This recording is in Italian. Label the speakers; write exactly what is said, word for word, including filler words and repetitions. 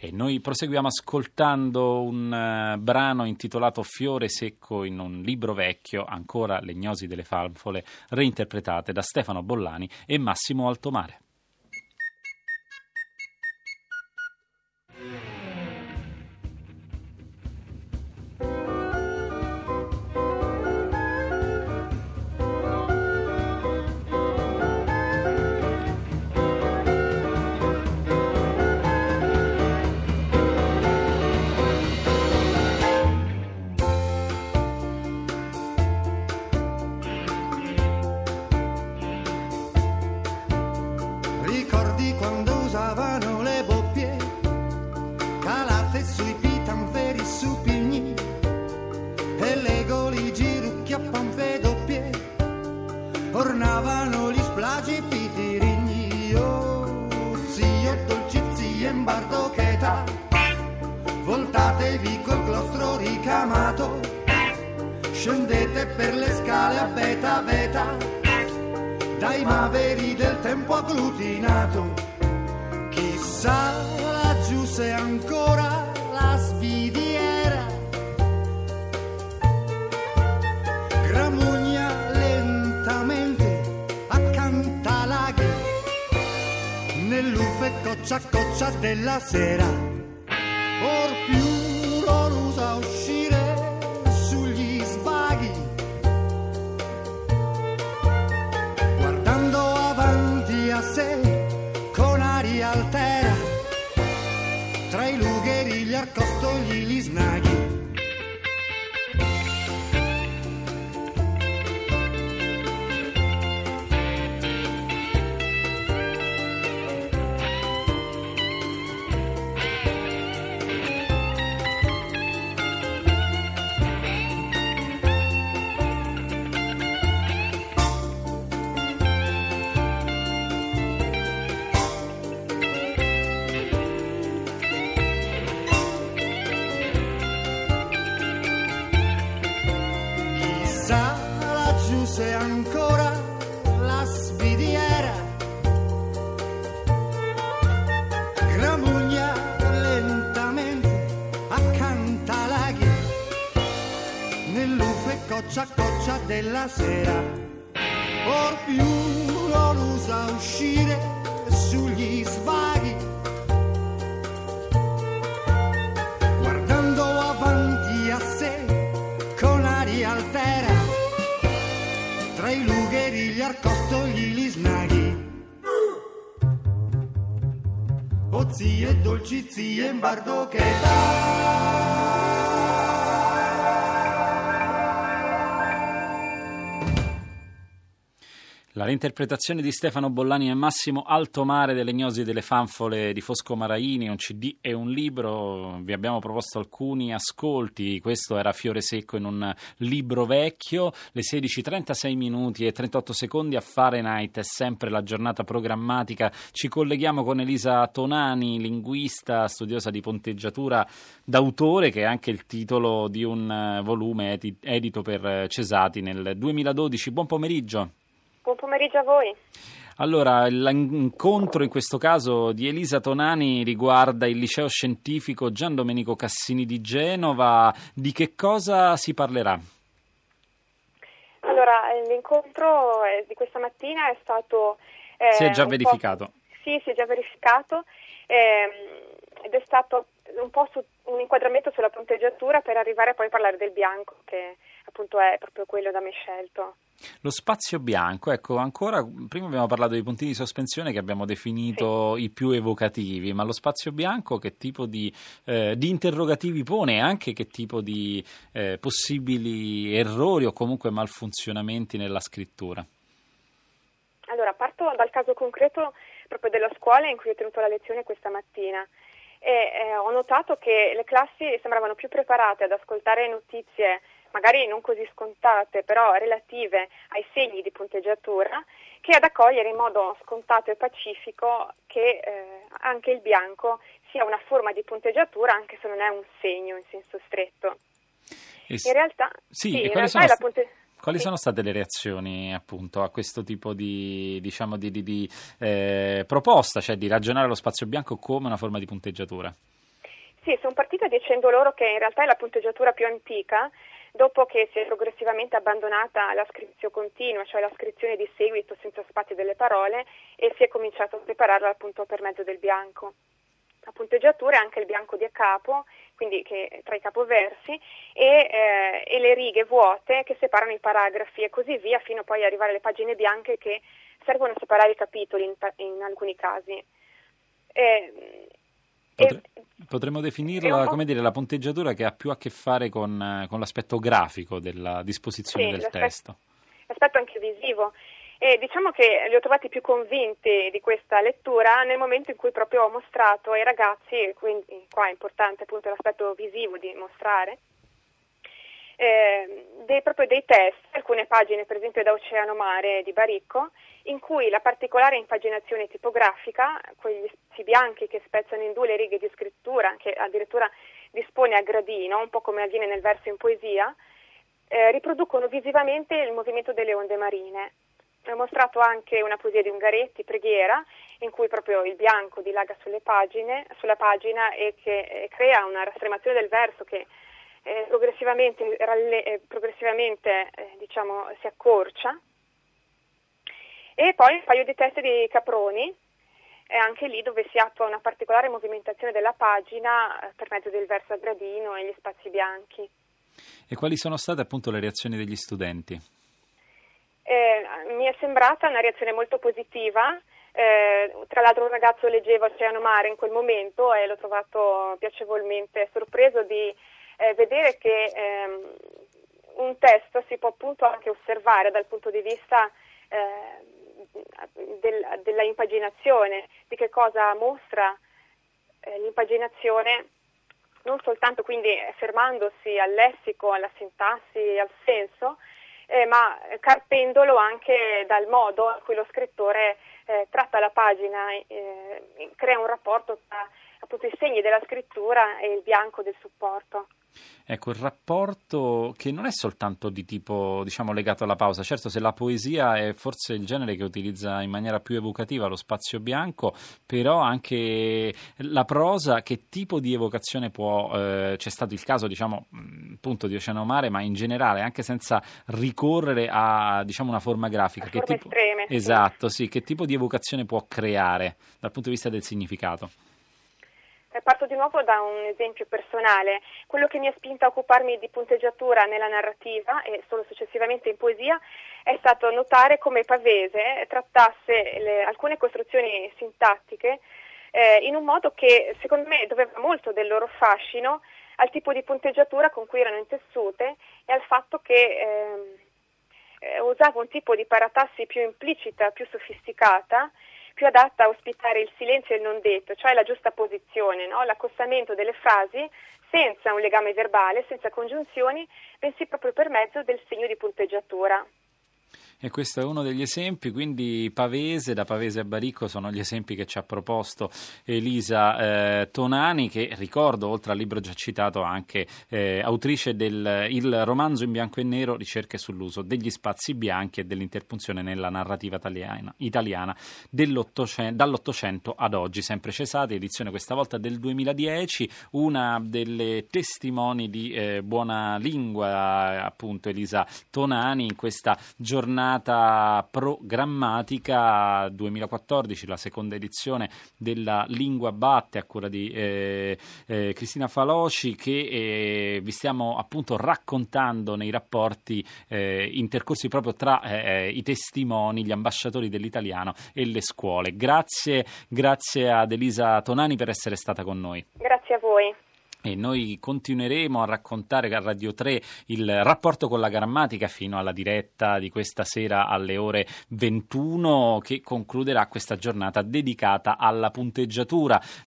Speaker 1: E noi proseguiamo ascoltando un uh, brano intitolato Fiore secco in un libro vecchio, ancora Legnosi delle Fanfole, reinterpretate da Stefano Bollani e Massimo Altomare.
Speaker 2: Ricordi quando usavano le boppie, calate sui pitanferi su pigni, e le goligi rucchi a panfe doppie, ornavano gli splagi pitirigni. Oh, zio, dolci zie in bardocheta, voltatevi col claustro ricamato, scendete per le scale a beta beta, dai maveri del tempo agglutinato. Chissà laggiù se ancora la svidiera gramugna lentamente accanto a laghi nell'uffe coccia coccia della sera. Or più non usa uscire sugli svaghi, a sé con aria altera, tra i lugheri, gli arcostoli, gli snaghi. Se ancora la svidiera gramugna lentamente accanto a laghi nell'uffe coccia coccia della sera. Or più non usa uscire sugli svaghi, guardando avanti a sé con aria altera, tra i lugheri, gli arcostoli, gli snaghi. O zie, dolci zie in bardochetta.
Speaker 1: La reinterpretazione di Stefano Bollani e Massimo Altomare delle Legnosi delle Fanfole di Fosco Maraini, un C D e un libro. Vi abbiamo proposto alcuni ascolti. Questo era Fiore secco in un libro vecchio. Le sedici e trentasei minuti e trentotto secondi a Fahrenheit, è sempre la giornata programmatica. Ci colleghiamo con Elisa Tonani, linguista, studiosa di ponteggiatura d'autore, che è anche il titolo di un volume edito per Cesati nel duemiladodici. Buon pomeriggio.
Speaker 3: Buon pomeriggio a voi.
Speaker 1: Allora, l'incontro in questo caso di Elisa Tonani riguarda il liceo scientifico Gian Domenico Cassini di Genova. Di che cosa si parlerà?
Speaker 3: Allora, l'incontro di questa mattina è stato... Eh,
Speaker 1: si è già verificato?
Speaker 3: Sì, si è già verificato eh, ed è stato un po' su, un inquadramento sulla ponteggiatura per arrivare poi a parlare del bianco, che appunto è proprio quello da me scelto.
Speaker 1: Lo spazio bianco, ecco, ancora prima abbiamo parlato dei puntini di sospensione che abbiamo definito sì. i più evocativi, ma lo spazio bianco che tipo di, eh, di interrogativi pone e anche che tipo di eh, possibili errori o comunque malfunzionamenti nella scrittura?
Speaker 3: Allora, parto dal caso concreto proprio della scuola in cui ho tenuto la lezione questa mattina e eh, ho notato che le classi sembravano più preparate ad ascoltare notizie magari non così scontate, però relative ai segni di punteggiatura, che ad accogliere in modo scontato e pacifico che eh, anche il bianco sia una forma di punteggiatura, anche se non è un segno in senso stretto.
Speaker 1: E
Speaker 3: in realtà,
Speaker 1: sì,
Speaker 3: sì,
Speaker 1: in
Speaker 3: in
Speaker 1: realtà
Speaker 3: realtà è la punte...
Speaker 1: Quali
Speaker 3: sì.
Speaker 1: sono state le reazioni appunto a questo tipo di, diciamo, di, di, di eh, proposta, cioè di ragionare lo spazio bianco come una forma di punteggiatura?
Speaker 3: Sì, sono partita dicendo loro che in realtà è la punteggiatura più antica, dopo che si è progressivamente abbandonata la scrizione continua, cioè la scrizione di seguito senza spazi delle parole, e si è cominciato a prepararla appunto per mezzo del bianco. La punteggiatura è anche il bianco di a capo, quindi che tra i capoversi, e, eh, e le righe vuote che separano i paragrafi e così via, fino poi ad arrivare alle pagine bianche che servono a separare i capitoli in, in alcuni casi. Eh,
Speaker 1: Potre, potremmo definirla,
Speaker 3: un...
Speaker 1: come dire, la punteggiatura che ha più a che fare con, con l'aspetto grafico della disposizione
Speaker 3: sì,
Speaker 1: del
Speaker 3: l'aspetto,
Speaker 1: testo.
Speaker 3: L'aspetto anche visivo. E diciamo che li ho trovati più convinti di questa lettura nel momento in cui proprio ho mostrato ai ragazzi, quindi qua è importante appunto l'aspetto visivo di mostrare, eh, dei, proprio dei test, alcune pagine per esempio da Oceano Mare di Baricco, in cui la particolare impaginazione tipografica, quegli spazi bianchi che spezzano in due le righe di scrittura, che addirittura dispone a gradino, un po' come avviene nel verso in poesia, eh, riproducono visivamente il movimento delle onde marine. Ho mostrato anche una poesia di Ungaretti, Preghiera, in cui proprio il bianco dilaga sulle pagine, sulla pagina e che eh, crea una rastremazione del verso che eh, progressivamente, ralle, eh, progressivamente eh, diciamo, si accorcia. E poi un paio di testi di Caproni, eh, anche lì dove si attua una particolare movimentazione della pagina eh, per mezzo del verso a gradino e gli spazi bianchi.
Speaker 1: E quali sono state appunto le reazioni degli studenti?
Speaker 3: Eh, mi è sembrata una reazione molto positiva, eh, tra l'altro un ragazzo leggeva Oceano Mare in quel momento e l'ho trovato piacevolmente sorpreso di eh, vedere che ehm, un testo si può appunto anche osservare dal punto di vista eh, del, della impaginazione, di che cosa mostra eh, l'impaginazione, non soltanto quindi fermandosi al lessico, alla sintassi, al senso, Eh, ma carpendolo anche dal modo in cui lo scrittore eh, tratta la pagina, eh, crea un rapporto tra appunto i segni della scrittura e il bianco del supporto.
Speaker 1: Ecco, il rapporto che non è soltanto di tipo, diciamo, legato alla pausa. Certo, se la poesia è forse il genere che utilizza in maniera più evocativa lo spazio bianco, però anche la prosa, che tipo di evocazione può, eh, c'è stato il caso, diciamo, appunto di Oceano Mare, ma in generale, anche senza ricorrere a, diciamo, una forma grafica.
Speaker 3: A
Speaker 1: che
Speaker 3: forme
Speaker 1: tipo,
Speaker 3: estreme.
Speaker 1: esatto, sì, che tipo di evocazione può creare dal punto di vista del significato?
Speaker 3: Parto di nuovo da un esempio personale. Quello che mi ha spinto a occuparmi di punteggiatura nella narrativa e solo successivamente in poesia è stato notare come Pavese trattasse le, alcune costruzioni sintattiche eh, in un modo che secondo me doveva molto del loro fascino al tipo di punteggiatura con cui erano intessute e al fatto che eh, eh, usava un tipo di paratassi più implicita, più sofisticata, più adatta a ospitare il silenzio e il non detto, cioè la giusta posizione, no? L'accostamento delle frasi senza un legame verbale, senza congiunzioni, bensì proprio per mezzo del segno di punteggiatura.
Speaker 1: E questo è uno degli esempi, quindi Pavese, da Pavese a Baricco sono gli esempi che ci ha proposto Elisa eh, Tonani, che ricordo, oltre al libro già citato, anche eh, autrice del il romanzo in bianco e nero, ricerche sull'uso degli spazi bianchi e dell'interpunzione nella narrativa italiana, italiana dell'Ottocento, dall'Ottocento ad oggi, sempre Cesati, edizione questa volta del duemiladieci, una delle testimoni di eh, buona lingua, appunto Elisa Tonani, in questa giornata programmatica duemilaquattordici, la seconda edizione della Lingua Batte a cura di eh, eh, Cristina Faloci, che eh, vi stiamo appunto raccontando nei rapporti eh, intercorsi proprio tra eh, i testimoni, gli ambasciatori dell'italiano e le scuole. Grazie, grazie ad Elisa Tonani per essere stata con noi.
Speaker 3: Grazie a voi.
Speaker 1: E noi continueremo a raccontare a Radio tre il rapporto con la grammatica fino alla diretta di questa sera alle ore ventuno, che concluderà questa giornata dedicata alla punteggiatura.